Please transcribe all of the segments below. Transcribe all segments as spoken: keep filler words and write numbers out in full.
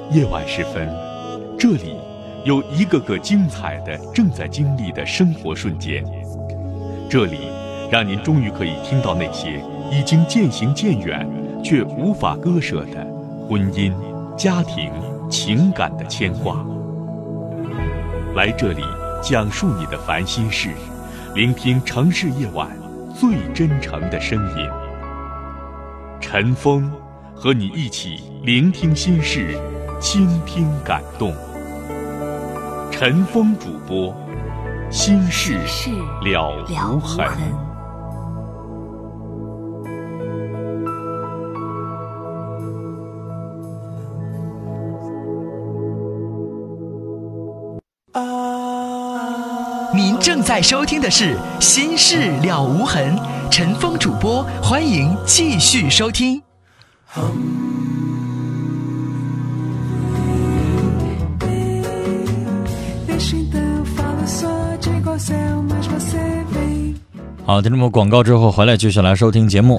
夜晚时分，这里有一个个精彩的正在经历的生活瞬间，这里让您终于可以听到那些已经渐行渐远却无法割舍的婚姻、家庭、情感的牵挂。来这里讲述你的烦心事，聆听城市夜晚最真诚的声音。陈峰和你一起聆听心事，倾听感动。陈峰主播，心事了无痕。 您正在收听的是《心事了无痕》，陈峰主播，欢迎继续收听。 好，听众朋友，广告之后回来继续来收听节目。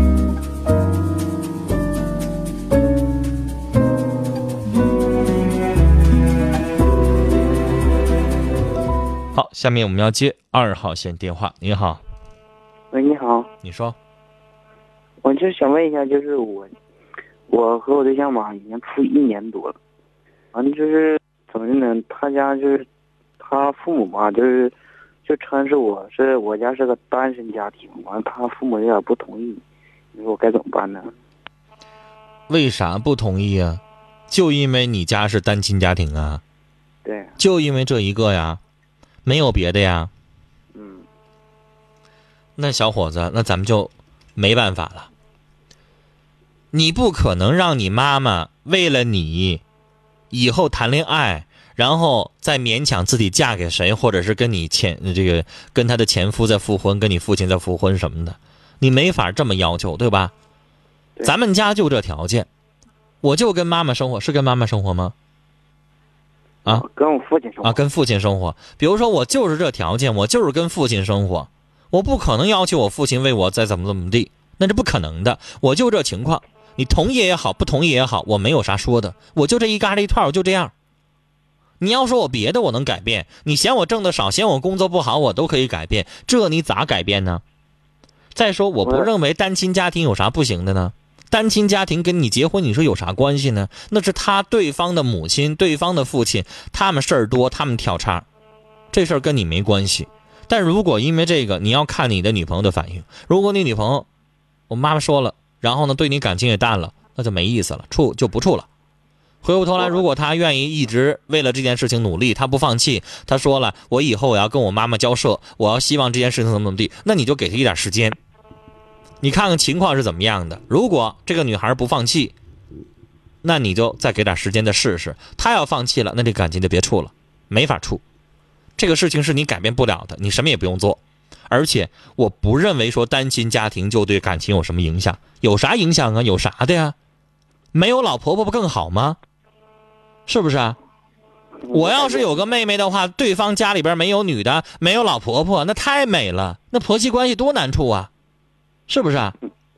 好，下面我们要接二号线电话。你好。 喂，你好。 你说。 我就想问一下，就是我，我和我对象嘛，已经处一年多了。完了就是怎么的呢？他家就是他父母嘛，就是就称是我是我家是个单身家庭，完了他父母有点不同意，你说我该怎么办呢？ 为啥不同意啊？就因为你家是单亲家庭啊？ 对。 就因为这一个呀？没有别的呀。 嗯。 那小伙子，那咱们就没办法了。你不可能让你妈妈为了你以后谈恋爱，然后再勉强自己嫁给谁，或者是跟你前这个跟他的前夫再复婚，跟你父亲再复婚什么的，你没法这么要求，对吧？ 对。 咱们家就这条件，我就跟妈妈生活，是跟妈妈生活吗？啊， 跟我父亲生活啊，跟父亲生活。比如说我就是这条件，我就是跟父亲生活，我不可能要求我父亲为我再怎么怎么地，那是不可能的。我就这情况，你同意也好，不同意也好，我没有啥说的，我就这一嘎这一串，我就这样。你要说我别的我能改变，你嫌我挣得少，嫌我工作不好，我都可以改变，这你咋改变呢？再说我不认为单亲家庭有啥不行的呢？单亲家庭跟你结婚，你说有啥关系呢？那是他对方的母亲、对方的父亲，他们事儿多，他们挑叉，这事儿跟你没关系。但如果因为这个，你要看你的女朋友的反应。如果你女朋友，我妈妈说了，然后呢，对你感情也淡了，那就没意思了，处就不处了。回过头来，如果他愿意一直为了这件事情努力，他不放弃，他说了，我以后我要跟我妈妈交涉，我要希望这件事情怎么怎么地，那你就给他一点时间。你看看情况是怎么样的。如果这个女孩不放弃，那你就再给点时间再试试。她要放弃了，那这感情就别处了，没法处。这个事情是你改变不了的，你什么也不用做。而且我不认为说单亲家庭就对感情有什么影响，有啥影响啊？有啥的呀？没有老婆婆不更好吗？是不是啊？我要是有个妹妹的话，对方家里边没有女的，没有老婆婆，那太美了，那婆媳关系多难处啊，是不是啊？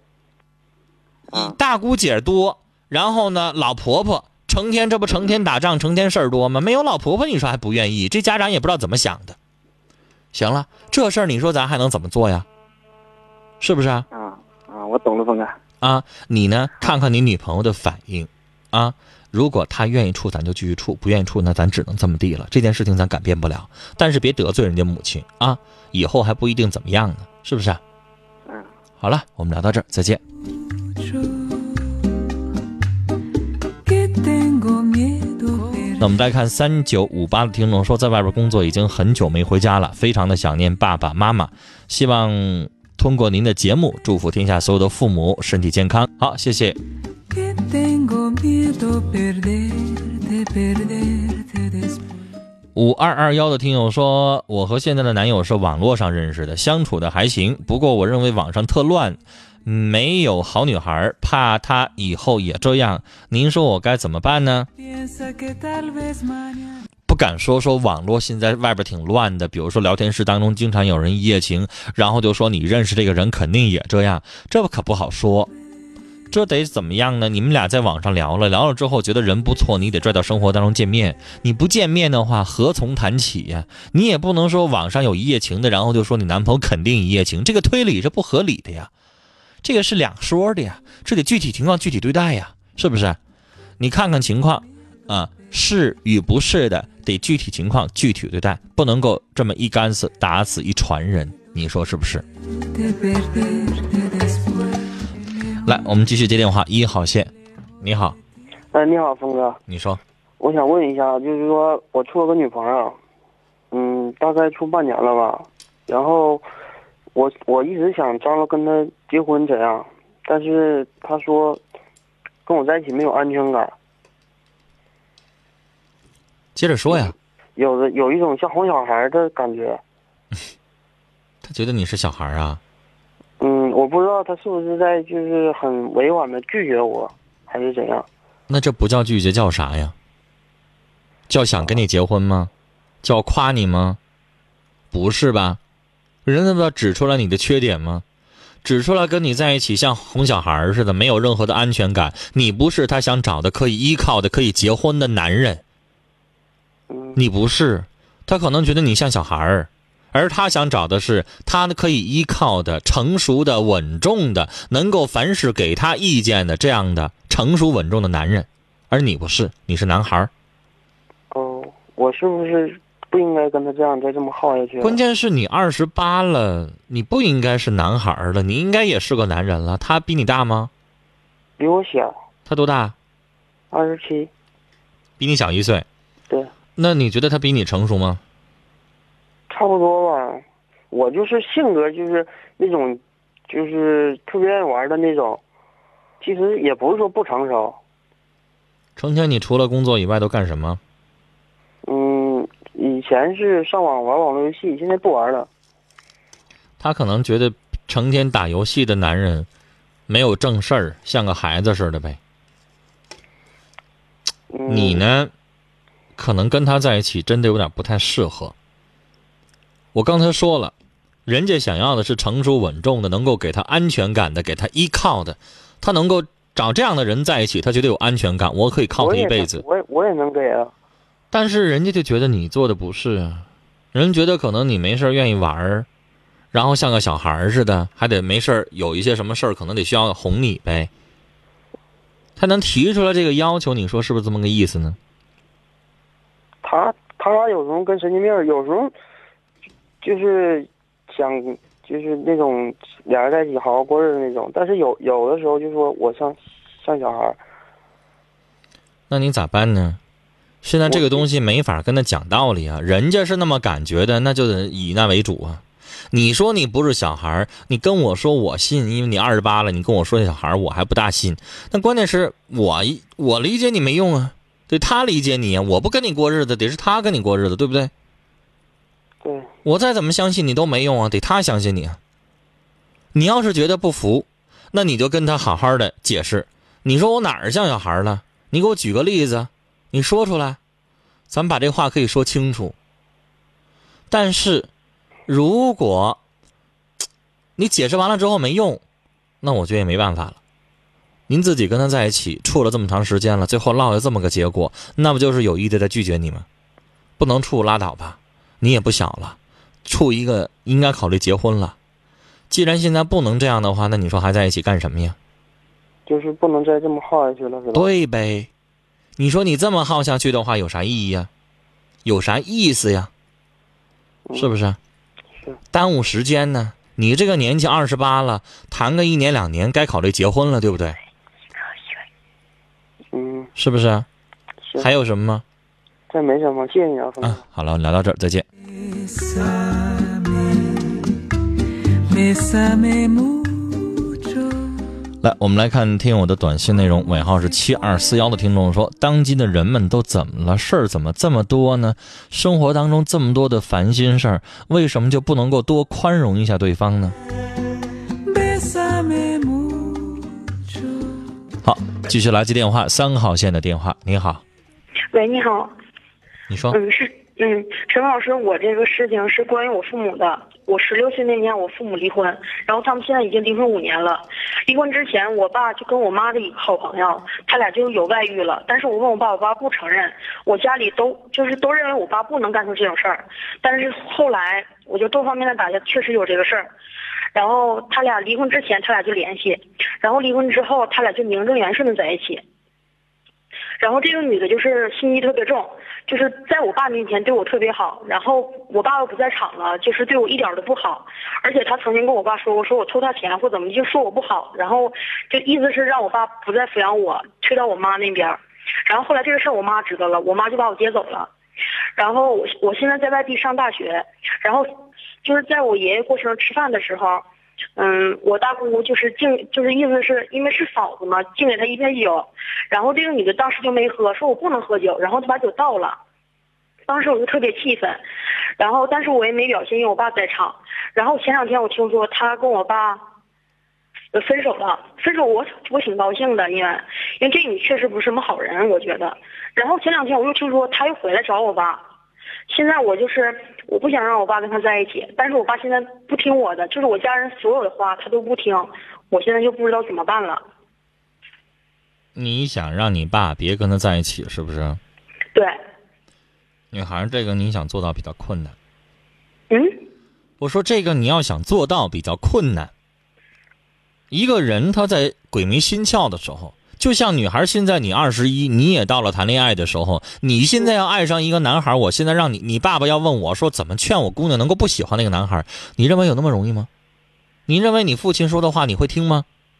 大姑姐多，然后呢，老婆婆成天这不成天打仗，成天事儿多吗？没有老婆婆，你说还不愿意，这家长也不知道怎么想的。行了，这事儿你说咱还能怎么做呀？是不是啊？ 啊啊，我懂了，峰哥。 啊，你呢？看看你女朋友的反应啊。如果她愿意处，咱就继续处；不愿意处，那咱只能这么地了。这件事情咱改变不了，但是别得罪人家母亲啊，以后还不一定怎么样呢，是不是？ 嗯。 好了，我们聊到这儿，再见。那我们再看三九五八的听众说，在外边工作已经很久没回家了，非常的想念爸爸妈妈，希望通过您的节目祝福天下所有的父母身体健康。好，谢谢。五二二幺的听友说，我和现在的男友是网络上认识的，相处的还行，不过我认为网上特乱，没有好女孩，怕他以后也这样，您说我该怎么办呢？不敢说说网络现在外边挺乱的，比如说聊天室当中经常有人一夜情，然后就说你认识这个人肯定也这样，这可不好说。 这得怎么样呢？你们俩在网上聊了，聊了之后觉得人不错，你得拽到生活当中见面。你不见面的话，何从谈起呀？你也不能说网上有一夜情的，然后就说你男朋友肯定一夜情，这个推理是不合理的呀。这个是两说的呀，这得具体情况具体对待呀，是不是？你看看情况啊，是与不是的，得具体情况具体对待，不能够这么一竿子打死一船人，你说是不是？来，我们继续接电话，一号线，你好。 哎，你好，峰哥。 你说。 我想问一下，就是说我处了个女朋友，嗯，大概处半年了吧，然后我我一直想张罗跟她结婚怎样，但是她说跟我在一起没有安全感。 接着说呀。 有的有一种像哄小孩的感觉。 他觉得你是小孩啊？ 嗯，我不知道他是不是在就是很委婉的拒绝我，还是怎样。 那这不叫拒绝，叫啥呀？叫想跟你结婚吗？叫夸你吗？不是吧？人家不要指出来你的缺点吗？指出来跟你在一起像哄小孩似的，没有任何的安全感，你不是他想找的可以依靠的可以结婚的男人。你不是，他可能觉得你像小孩儿，而他想找的是他可以依靠的成熟的稳重的能够凡事给他意见的这样的成熟稳重的男人，而你不是，你是男孩儿。 哦，我是不是不应该跟他这样再这么耗下去？ 关键是你二十八了，你不应该是男孩儿了，你应该也是个男人了。他比你大吗？ 比我小。 他多大？ 二十七。 比你小一岁。 对。 那你觉得他比你成熟吗？ 差不多吧，我就是性格就是那种，就是特别爱玩的那种，其实也不是说不成熟。 成天你除了工作以外都干什么？ 嗯，以前是上网玩网络游戏，现在不玩了。 他可能觉得成天打游戏的男人没有正事儿，像个孩子似的呗。 嗯、 你呢？可能跟他在一起真的有点不太适合。我刚才说了，人家想要的是成熟稳重的，能够给他安全感的，给他依靠的。他能够找这样的人在一起，他觉得有安全感，我可以靠他一辈子。 我也我也能给啊。 但是人家就觉得你做的不是啊，人觉得可能你没事愿意玩，然后像个小孩似的，还得没事有一些什么事儿，可能得需要哄你呗。他能提出来这个要求，你说是不是这么个意思呢？ 他他有时候跟神经病，有时候就是想就是那种俩人在一起好好过日子那种，但是有有的时候就说我像像小孩。 那你咋办呢？现在这个东西没法跟他讲道理啊，人家是那么感觉的，那就得以那为主啊。你说你不是小孩，你跟我说我信，因为你二十八了，你跟我说小孩我还不大信。但关键是我我理解你没用啊。对，他理解你啊，我不跟你过日子，得是他跟你过日子，对不对？ 对。 我再怎么相信你都没用啊，得他相信你啊。你要是觉得不服，那你就跟他好好的解释。你说我哪儿像小孩了？你给我举个例子，你说出来，咱们把这话可以说清楚。但是，如果你解释完了之后没用，那我觉得也没办法了。您自己跟他在一起处了这么长时间了，最后落下这么个结果，那不就是有意的在拒绝你吗？不能处拉倒吧，你也不小了，处一个应该考虑结婚了。既然现在不能这样的话，那你说还在一起干什么呀？ 就是不能再这么耗下去了，是吧？ 对呗，你说你这么耗下去的话有啥意义呀？有啥意思呀？是不是？ 嗯、是。 耽误时间呢。你这个年纪二十八了，谈个一年两年，该考虑结婚了，对不对？ 嗯， 是不是？ 是。 还有什么吗？ 这没什么，谢谢你啊， 啊，好了，聊到这儿，再见。来，我们来看听友的短信内容，尾号是七二四幺的听众说，当今的人们都怎么了？事儿怎么这么多呢？生活当中这么多的烦心事儿，为什么就不能够多宽容一下对方呢？好，继续来接电话，三号线的电话，你好。 喂，你好。 你说。 嗯，是，嗯，陈老师，我这个事情是关于我父母的。 我十六岁那年我父母离婚，然后他们现在已经离婚五年了。离婚之前，我爸就跟我妈的一个好朋友，他俩就有外遇了。但是我问我爸，我爸不承认，我家里都就是都认为我爸不能干出这种事儿。但是后来我就多方面的打听，确实有这个事儿。然后他俩离婚之前，他俩就联系，然后离婚之后，他俩就名正言顺的在一起。然后这个女的就是心机特别重，就是在我爸面前对我特别好，然后我爸又不在场了，就是对我一点都不好。而且他曾经跟我爸说过，说我偷他钱或怎么，就说我不好，然后就意思是让我爸不再抚养我，推到我妈那边。然后后来这个事儿我妈知道了，我妈就把我接走了。然后我我现在在外地上大学，然后就是在我爷爷过生日吃饭的时候，嗯，我大姑就是敬，就是意思是因为是嫂子嘛，敬给她一杯酒，然后这个女的当时就没喝，说我不能喝酒，然后就把酒倒了。当时我就特别气愤，然后但是我也没表现，因为我爸在场。然后前两天我听说他跟我爸分手了，分手我我挺高兴的，因为因为这女确实不是什么好人，我觉得。然后前两天我又听说他又回来找我爸，现在我就是我不想让我爸跟他在一起，但是我爸现在不听我的，就是我家人所有的话他都不听，我现在就不知道怎么办了。 你想让你爸别跟他在一起，是不是？ 对。 女孩，这个你想做到比较困难。 嗯？ 我说这个你要想做到比较困难。一个人他在鬼迷心窍的时候，就像女孩现在你二十一，你也到了谈恋爱的时候，你现在要爱上一个男孩，我现在让你，你爸爸要问我说怎么劝我姑娘能够不喜欢那个男孩，你认为有那么容易吗？你认为你父亲说的话你会听吗？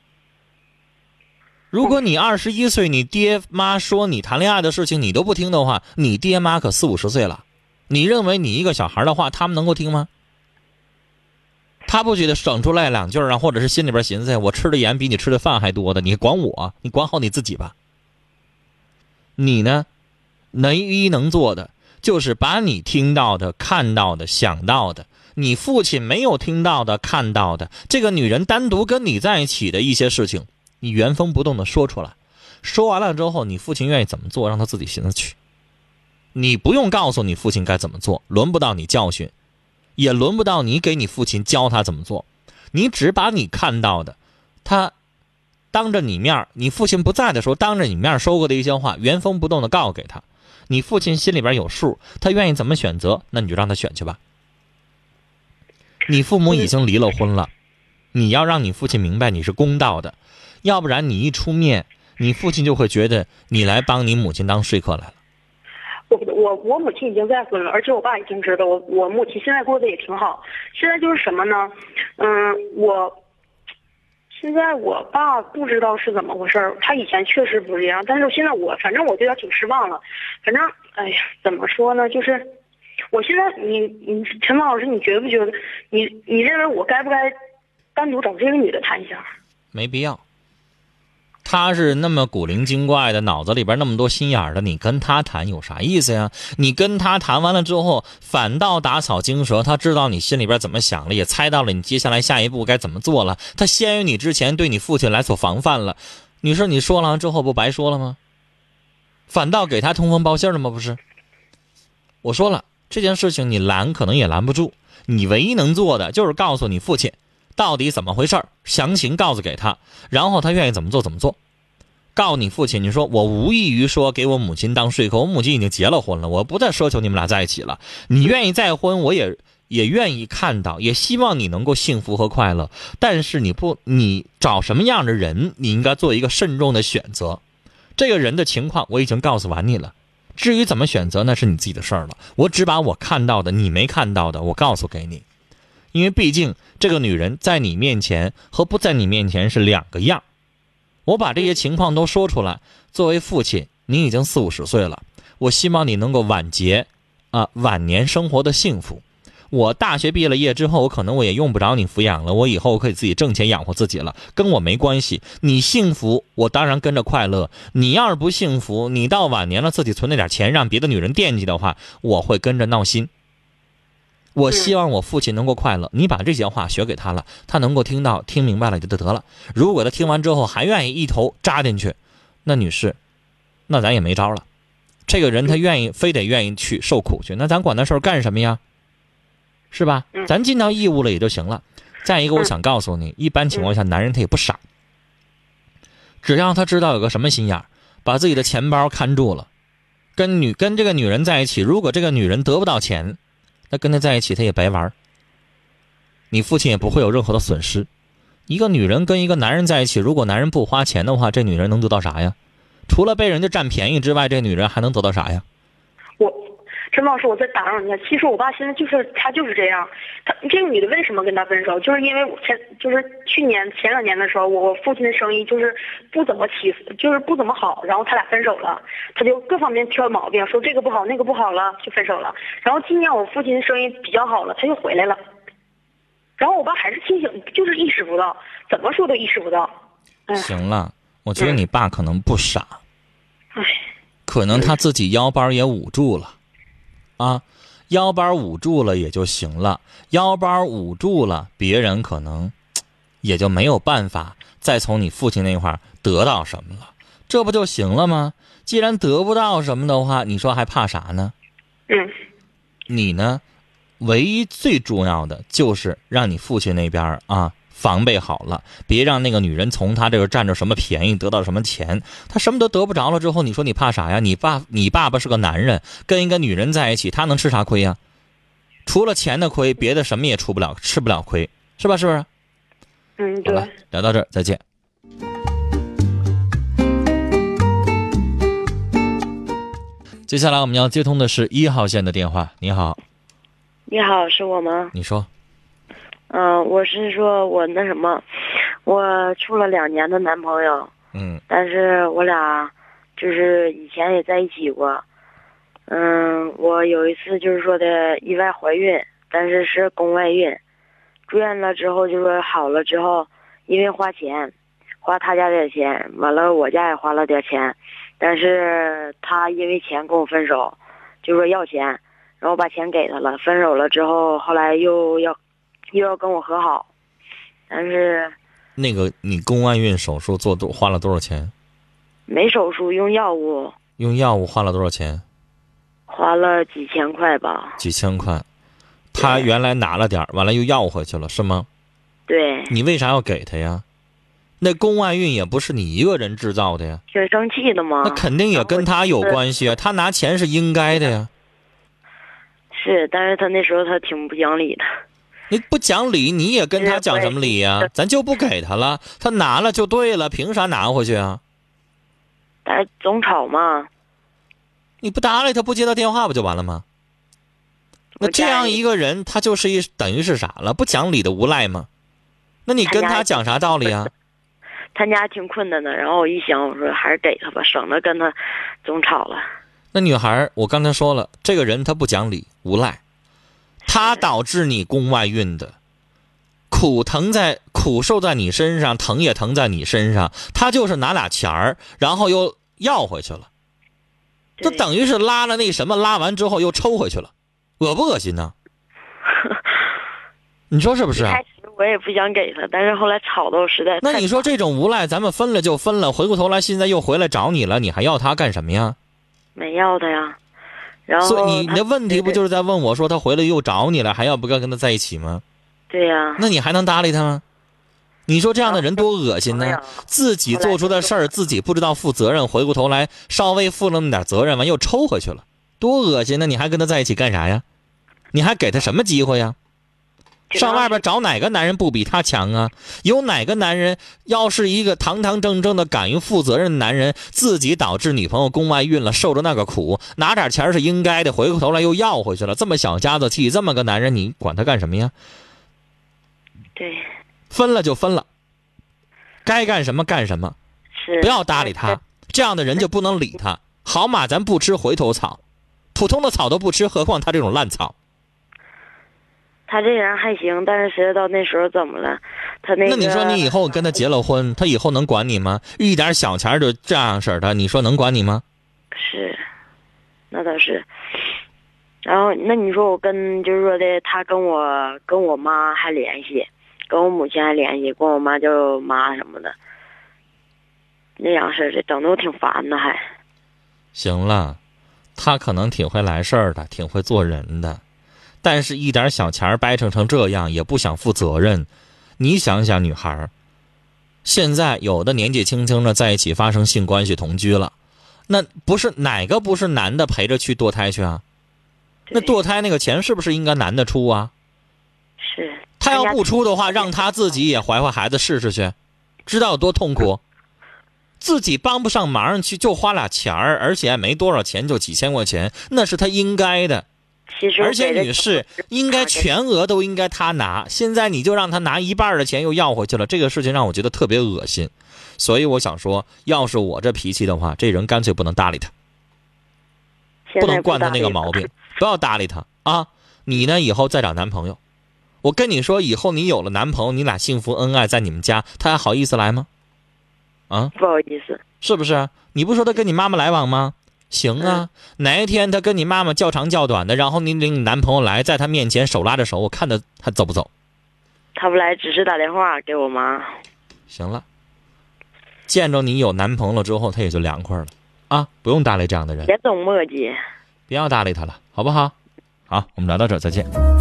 如果你二十一岁，你爹妈说你谈恋爱的事情你都不听的话，你爹妈可四五十岁了，你认为你一个小孩的话他们能够听吗？他不觉得省出来两句啊，或者是心里边寻思我吃的盐比你吃的饭还多的，你管我，你管好你自己吧。你呢，唯一能做的就是把你听到的、看到的、想到的，你父亲没有听到的、看到的，这个女人单独跟你在一起的一些事情，你原封不动的说出来。说完了之后，你父亲愿意怎么做，让他自己寻思去。你不用告诉你父亲该怎么做，轮不到你教训，也轮不到你给你父亲教他怎么做。你只把你看到的，他当着你面，你父亲不在的时候当着你面说过的一些话，原封不动的告给他。你父亲心里边有数，他愿意怎么选择，那你就让他选去吧。你父母已经离了婚了，你要让你父亲明白你是公道的，要不然你一出面，你父亲就会觉得你来帮你母亲当说客来了。 我我我母亲已经再婚了，而且我爸已经知道我我母亲现在过得也挺好。现在就是什么呢？嗯，我现在我爸不知道是怎么回事，他以前确实不是这样，但是现在我反正我对他挺失望了。反正哎呀，怎么说呢？就是我现在你你陈芳老师，你觉不觉得你你认为我该不该单独找这个女的谈一下？ 没必要。他是那么古灵精怪的，脑子里边那么多心眼的，你跟他谈有啥意思呀？你跟他谈完了之后，反倒打草惊蛇，他知道你心里边怎么想了，也猜到了你接下来下一步该怎么做了，他先于你之前对你父亲来所防范了。你说你说了之后不白说了吗？反倒给他通风报信了吗？不是。我说了，这件事情你拦可能也拦不住，你唯一能做的就是告诉你父亲到底怎么回事，详情告诉给他，然后他愿意怎么做怎么做。告诉你父亲，你说我无异于说给我母亲当说客，我母亲已经结了婚了，我不再奢求你们俩在一起了。你愿意再婚，我也也愿意看到，也希望你能够幸福和快乐。但是你不，你找什么样的人，你应该做一个慎重的选择。这个人的情况我已经告诉完你了，至于怎么选择，那是你自己的事儿了。我只把我看到的，你没看到的，我告诉给你。因为毕竟这个女人在你面前和不在你面前是两个样。我把这些情况都说出来，作为父亲，你已经四五十岁了，我希望你能够晚节啊晚年生活的幸福。我大学毕了业之后，我可能我也用不着你抚养了，我以后可以自己挣钱养活自己了，跟我没关系。你幸福，我当然跟着快乐。你要是不幸福，你到晚年了自己存那点钱让别的女人惦记的话，我会跟着闹心。我希望我父亲能够快乐，你把这些话学给他了，他能够听到听明白了就得了。如果他听完之后还愿意一头扎进去，那女士，那咱也没招了。这个人他愿意非得愿意去受苦去，那咱管那事儿干什么呀？ 是吧？ 嗯咱尽到义务了也就行了。再一个，我想告诉你，一般情况下，男人他也不傻，只要他知道有个什么心眼儿，把自己的钱包看住了，跟女跟这个女人在一起，如果这个女人得不到钱，那跟他在一起他也白玩，你父亲也不会有任何的损失。一个女人跟一个男人在一起，如果男人不花钱的话，这女人能得到啥呀？除了被人家占便宜之外，这女人还能得到啥呀？ 我陈老师，我再打扰你一下。其实我爸现在就是他就是这样，他这个女的为什么跟他分手？就是因为我前就是去年前两年的时候，我父亲的生意就是不怎么起，就是不怎么好，然后他俩分手了，他就各方面挑毛病，说这个不好那个不好了，就分手了。然后今年我父亲生意比较好了，他又回来了。然后我爸还是清醒，就是意识不到，怎么说都意识不到。哎， 行了，我觉得你爸可能不傻， 哎， 可能他自己腰包也捂住了，啊，腰包捂住了也就行了，腰包捂住了，别人可能也就没有办法再从你父亲那块儿得到什么了，这不就行了吗？既然得不到什么的话，你说还怕啥呢？ 嗯， 你呢？唯一最重要的就是让你父亲那边啊防备好了，别让那个女人从他这个占着什么便宜，得到什么钱，他什么都得不着了之后，你说你怕啥呀？你爸你爸爸是个男人，跟一个女人在一起，他能吃啥亏呀？除了钱的亏，别的什么也出不了，吃不了亏，是吧？是不是？ 嗯，对。 好了，聊到这儿，再见。接下来我们要接通的是一号线的电话。你好。 你好，是我吗？ 你说。 嗯、呃，我是说我那什么，我处了两年的男朋友， 嗯， 但是我俩就是以前也在一起过。嗯，我有一次就是说的意外怀孕，但是是宫外孕，住院了之后就说好了之后，因为花钱，花他家点钱，完了我家也花了点钱，但是他因为钱跟我分手，就说要钱，然后把钱给他了，分手了之后，后来又要又要跟我和好，但是那个你宫外孕手术做多花了多少钱？ 没手术，用药物， 用药物花了多少钱？ 花了几千块吧。 几千块。他原来拿了点儿，完了又要回去了，是吗？ 对。 你为啥要给他呀？那宫外孕也不是你一个人制造的呀。 挺生气的嘛。 那肯定也跟他有关系啊，他拿钱是应该的呀。 是，但是他那时候他挺不讲理的。 你不讲理，你也跟他讲什么理呀？咱就不给他了，他拿了就对了，凭啥拿回去啊？ 但是总吵嘛。 你不搭理他，不接他电话不就完了吗？那这样一个人，他就是一等于是啥了？不讲理的无赖吗？那你跟他讲啥道理啊？ 他家挺困难的，然后我一想，我说还是给他吧，省得跟他总吵了。 那女孩，我刚才说了，这个人他不讲理，无赖，他导致你宫外孕的，苦疼在苦受在你身上，疼也疼在你身上，他就是拿俩钱儿，然后又要回去了，这等于是拉了那什么，拉完之后又抽回去了，恶不恶心呢？你说是不是啊？ 开始我也不想给他，但是后来吵到实在。 那你说这种无赖，咱们分了就分了，回过头来现在又回来找你了，你还要他干什么呀？ 没要他呀。然后所以你的问题不就是在问我说他回来又找你了，还要不要跟他在一起吗？ 对呀。 那你还能搭理他吗？你说这样的人多恶心呢？自己做出的事儿自己不知道负责任，回过头来稍微负了那么点责任，完又抽回去了，多恶心呢！你还跟他在一起干啥呀？你还给他什么机会呀？上外边找哪个男人不比他强啊？有哪个男人要是一个堂堂正正的敢于负责任的男人，自己导致女朋友宫外孕了，受着那个苦，拿点钱是应该的，回过头来又要回去了，这么小家子气，这么个男人，你管他干什么呀？ 对， 分了就分了，该干什么干什么， 是不要搭理他，这样的人就不能理他。好马咱不吃回头草，普通的草都不吃，何况他这种烂草。 他这人还行，但是谁知道那时候怎么了？他那个…… 那你说你以后跟他结了婚，他以后能管你吗？一点小钱就这样式的，你说能管你吗？ 是，那倒是。然后，那你说我跟就是说的，他跟我跟我妈还联系，跟我母亲还联系，跟我妈叫妈什么的，那样式的，整的我挺烦的还。 行了，他可能挺会来事儿的，挺会做人的。 但是一点小钱掰成成这样，也不想负责任。你想想，女孩现在有的年纪轻轻的在一起发生性关系同居了，那不是哪个不是男的陪着去堕胎去啊？那堕胎那个钱是不是应该男的出啊？ 是。 他要不出的话，让他自己也怀怀孩子试试去，知道有多痛苦。自己帮不上忙去，就花俩钱儿，而且没多少钱，就几千块钱，那是他应该的。 其实而且女士应该全额都应该他拿，现在你就让他拿一半的钱又要回去了，这个事情让我觉得特别恶心。所以我想说，要是我这脾气的话，这人干脆不能搭理他，不能惯他那个毛病，不要搭理他啊！你呢，以后再找男朋友，我跟你说，以后你有了男朋友，你俩幸福恩爱在你们家，他还好意思来吗？啊， 不好意思， 是不是？你不说他跟你妈妈来往吗？行啊，嗯、哪一天他跟你妈妈较长较短的，然后你领你男朋友来，在他面前手拉着手，我看他他走不走？ 他不来，只是打电话给我妈。 行了，见着你有男朋友了之后，他也就凉快了啊，不用搭理这样的人， 别总磨叽， 不要搭理他了，好不好？好，我们聊到这儿，再见。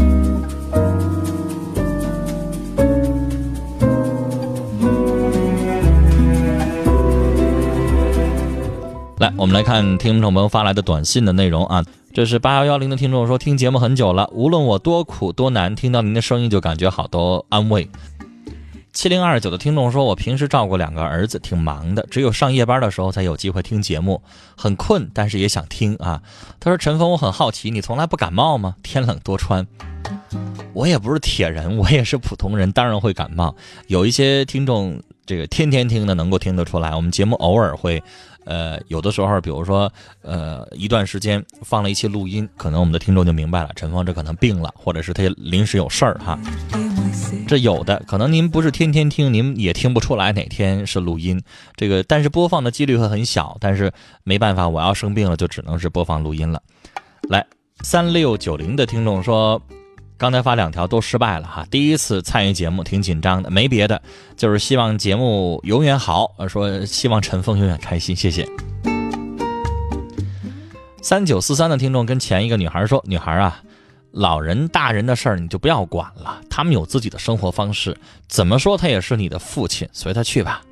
来，我们来看听众朋友发来的短信的内容啊。这是八一一零的听众说，听节目很久了，无论我多苦多难，听到您的声音就感觉好多安慰。七零二九的听众说，我平时照顾两个儿子挺忙的，只有上夜班的时候才有机会听节目，很困但是也想听啊。他说，陈峰，我很好奇，你从来不感冒吗？天冷多穿。我也不是铁人，我也是普通人，当然会感冒。有一些听众这个天天听的能够听得出来，我们节目偶尔会呃，有的时候比如说呃一段时间放了一期录音，可能我们的听众就明白了，陈峰这可能病了，或者是他临时有事儿哈。这有的可能您不是天天听，您也听不出来哪天是录音，这个但是播放的几率会很小，但是没办法，我要生病了就只能是播放录音了。来，三六九零的听众说，刚才发两条都失败了哈，第一次参与节目挺紧张的，没别的，就是希望节目永远好，说希望陈峰永远开心，谢谢。三九四三的听众跟前一个女孩说，女孩啊，老人大人的事儿你就不要管了，他们有自己的生活方式，怎么说他也是你的父亲，随他去吧。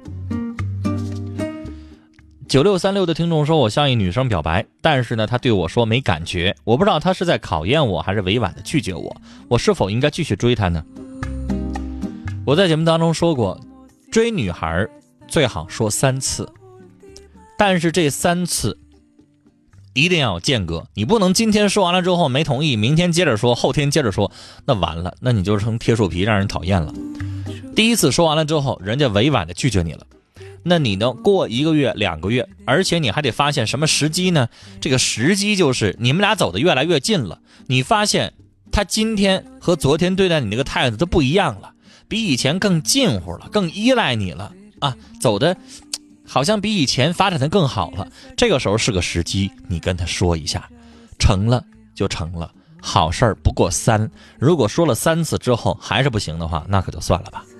九六三六的听众说，我向一女生表白，但是呢她对我说没感觉，我不知道她是在考验我还是委婉的拒绝我，我是否应该继续追她呢？我在节目当中说过，追女孩最好说三次，但是这三次一定要有间隔，你不能今天说完了之后没同意，明天接着说，后天接着说，那完了，那你就成铁树皮，让人讨厌了。第一次说完了之后，人家委婉的拒绝你了，那你呢？过一个月、两个月，而且你还得发现什么时机呢？这个时机就是你们俩走得越来越近了，你发现他今天和昨天对待你那个态度都不一样了，比以前更近乎了，更依赖你了啊，走的好像比以前发展的更好了。这个时候是个时机，你跟他说一下，成了就成了，好事儿不过三。如果说了三次之后还是不行的话，那可就算了吧。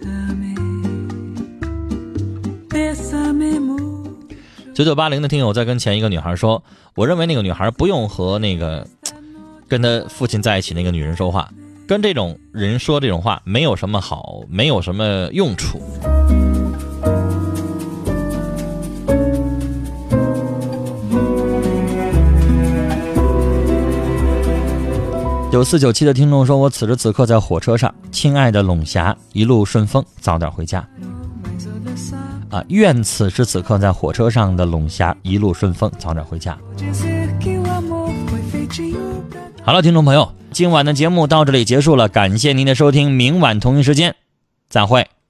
九九八零的听友在跟前一个女孩说，我认为那个女孩不用和那个跟她父亲在一起那个女人说话，跟这种人说这种话没有什么好，没有什么用处。九四九七的听众说，我此时此刻在火车上，亲爱的龙霞，一路顺风，早点回家。啊，愿此时此刻在火车上的龙霞一路顺风，早点回家。好了，听众朋友，今晚的节目到这里结束了，感谢您的收听，明晚同一时间再会。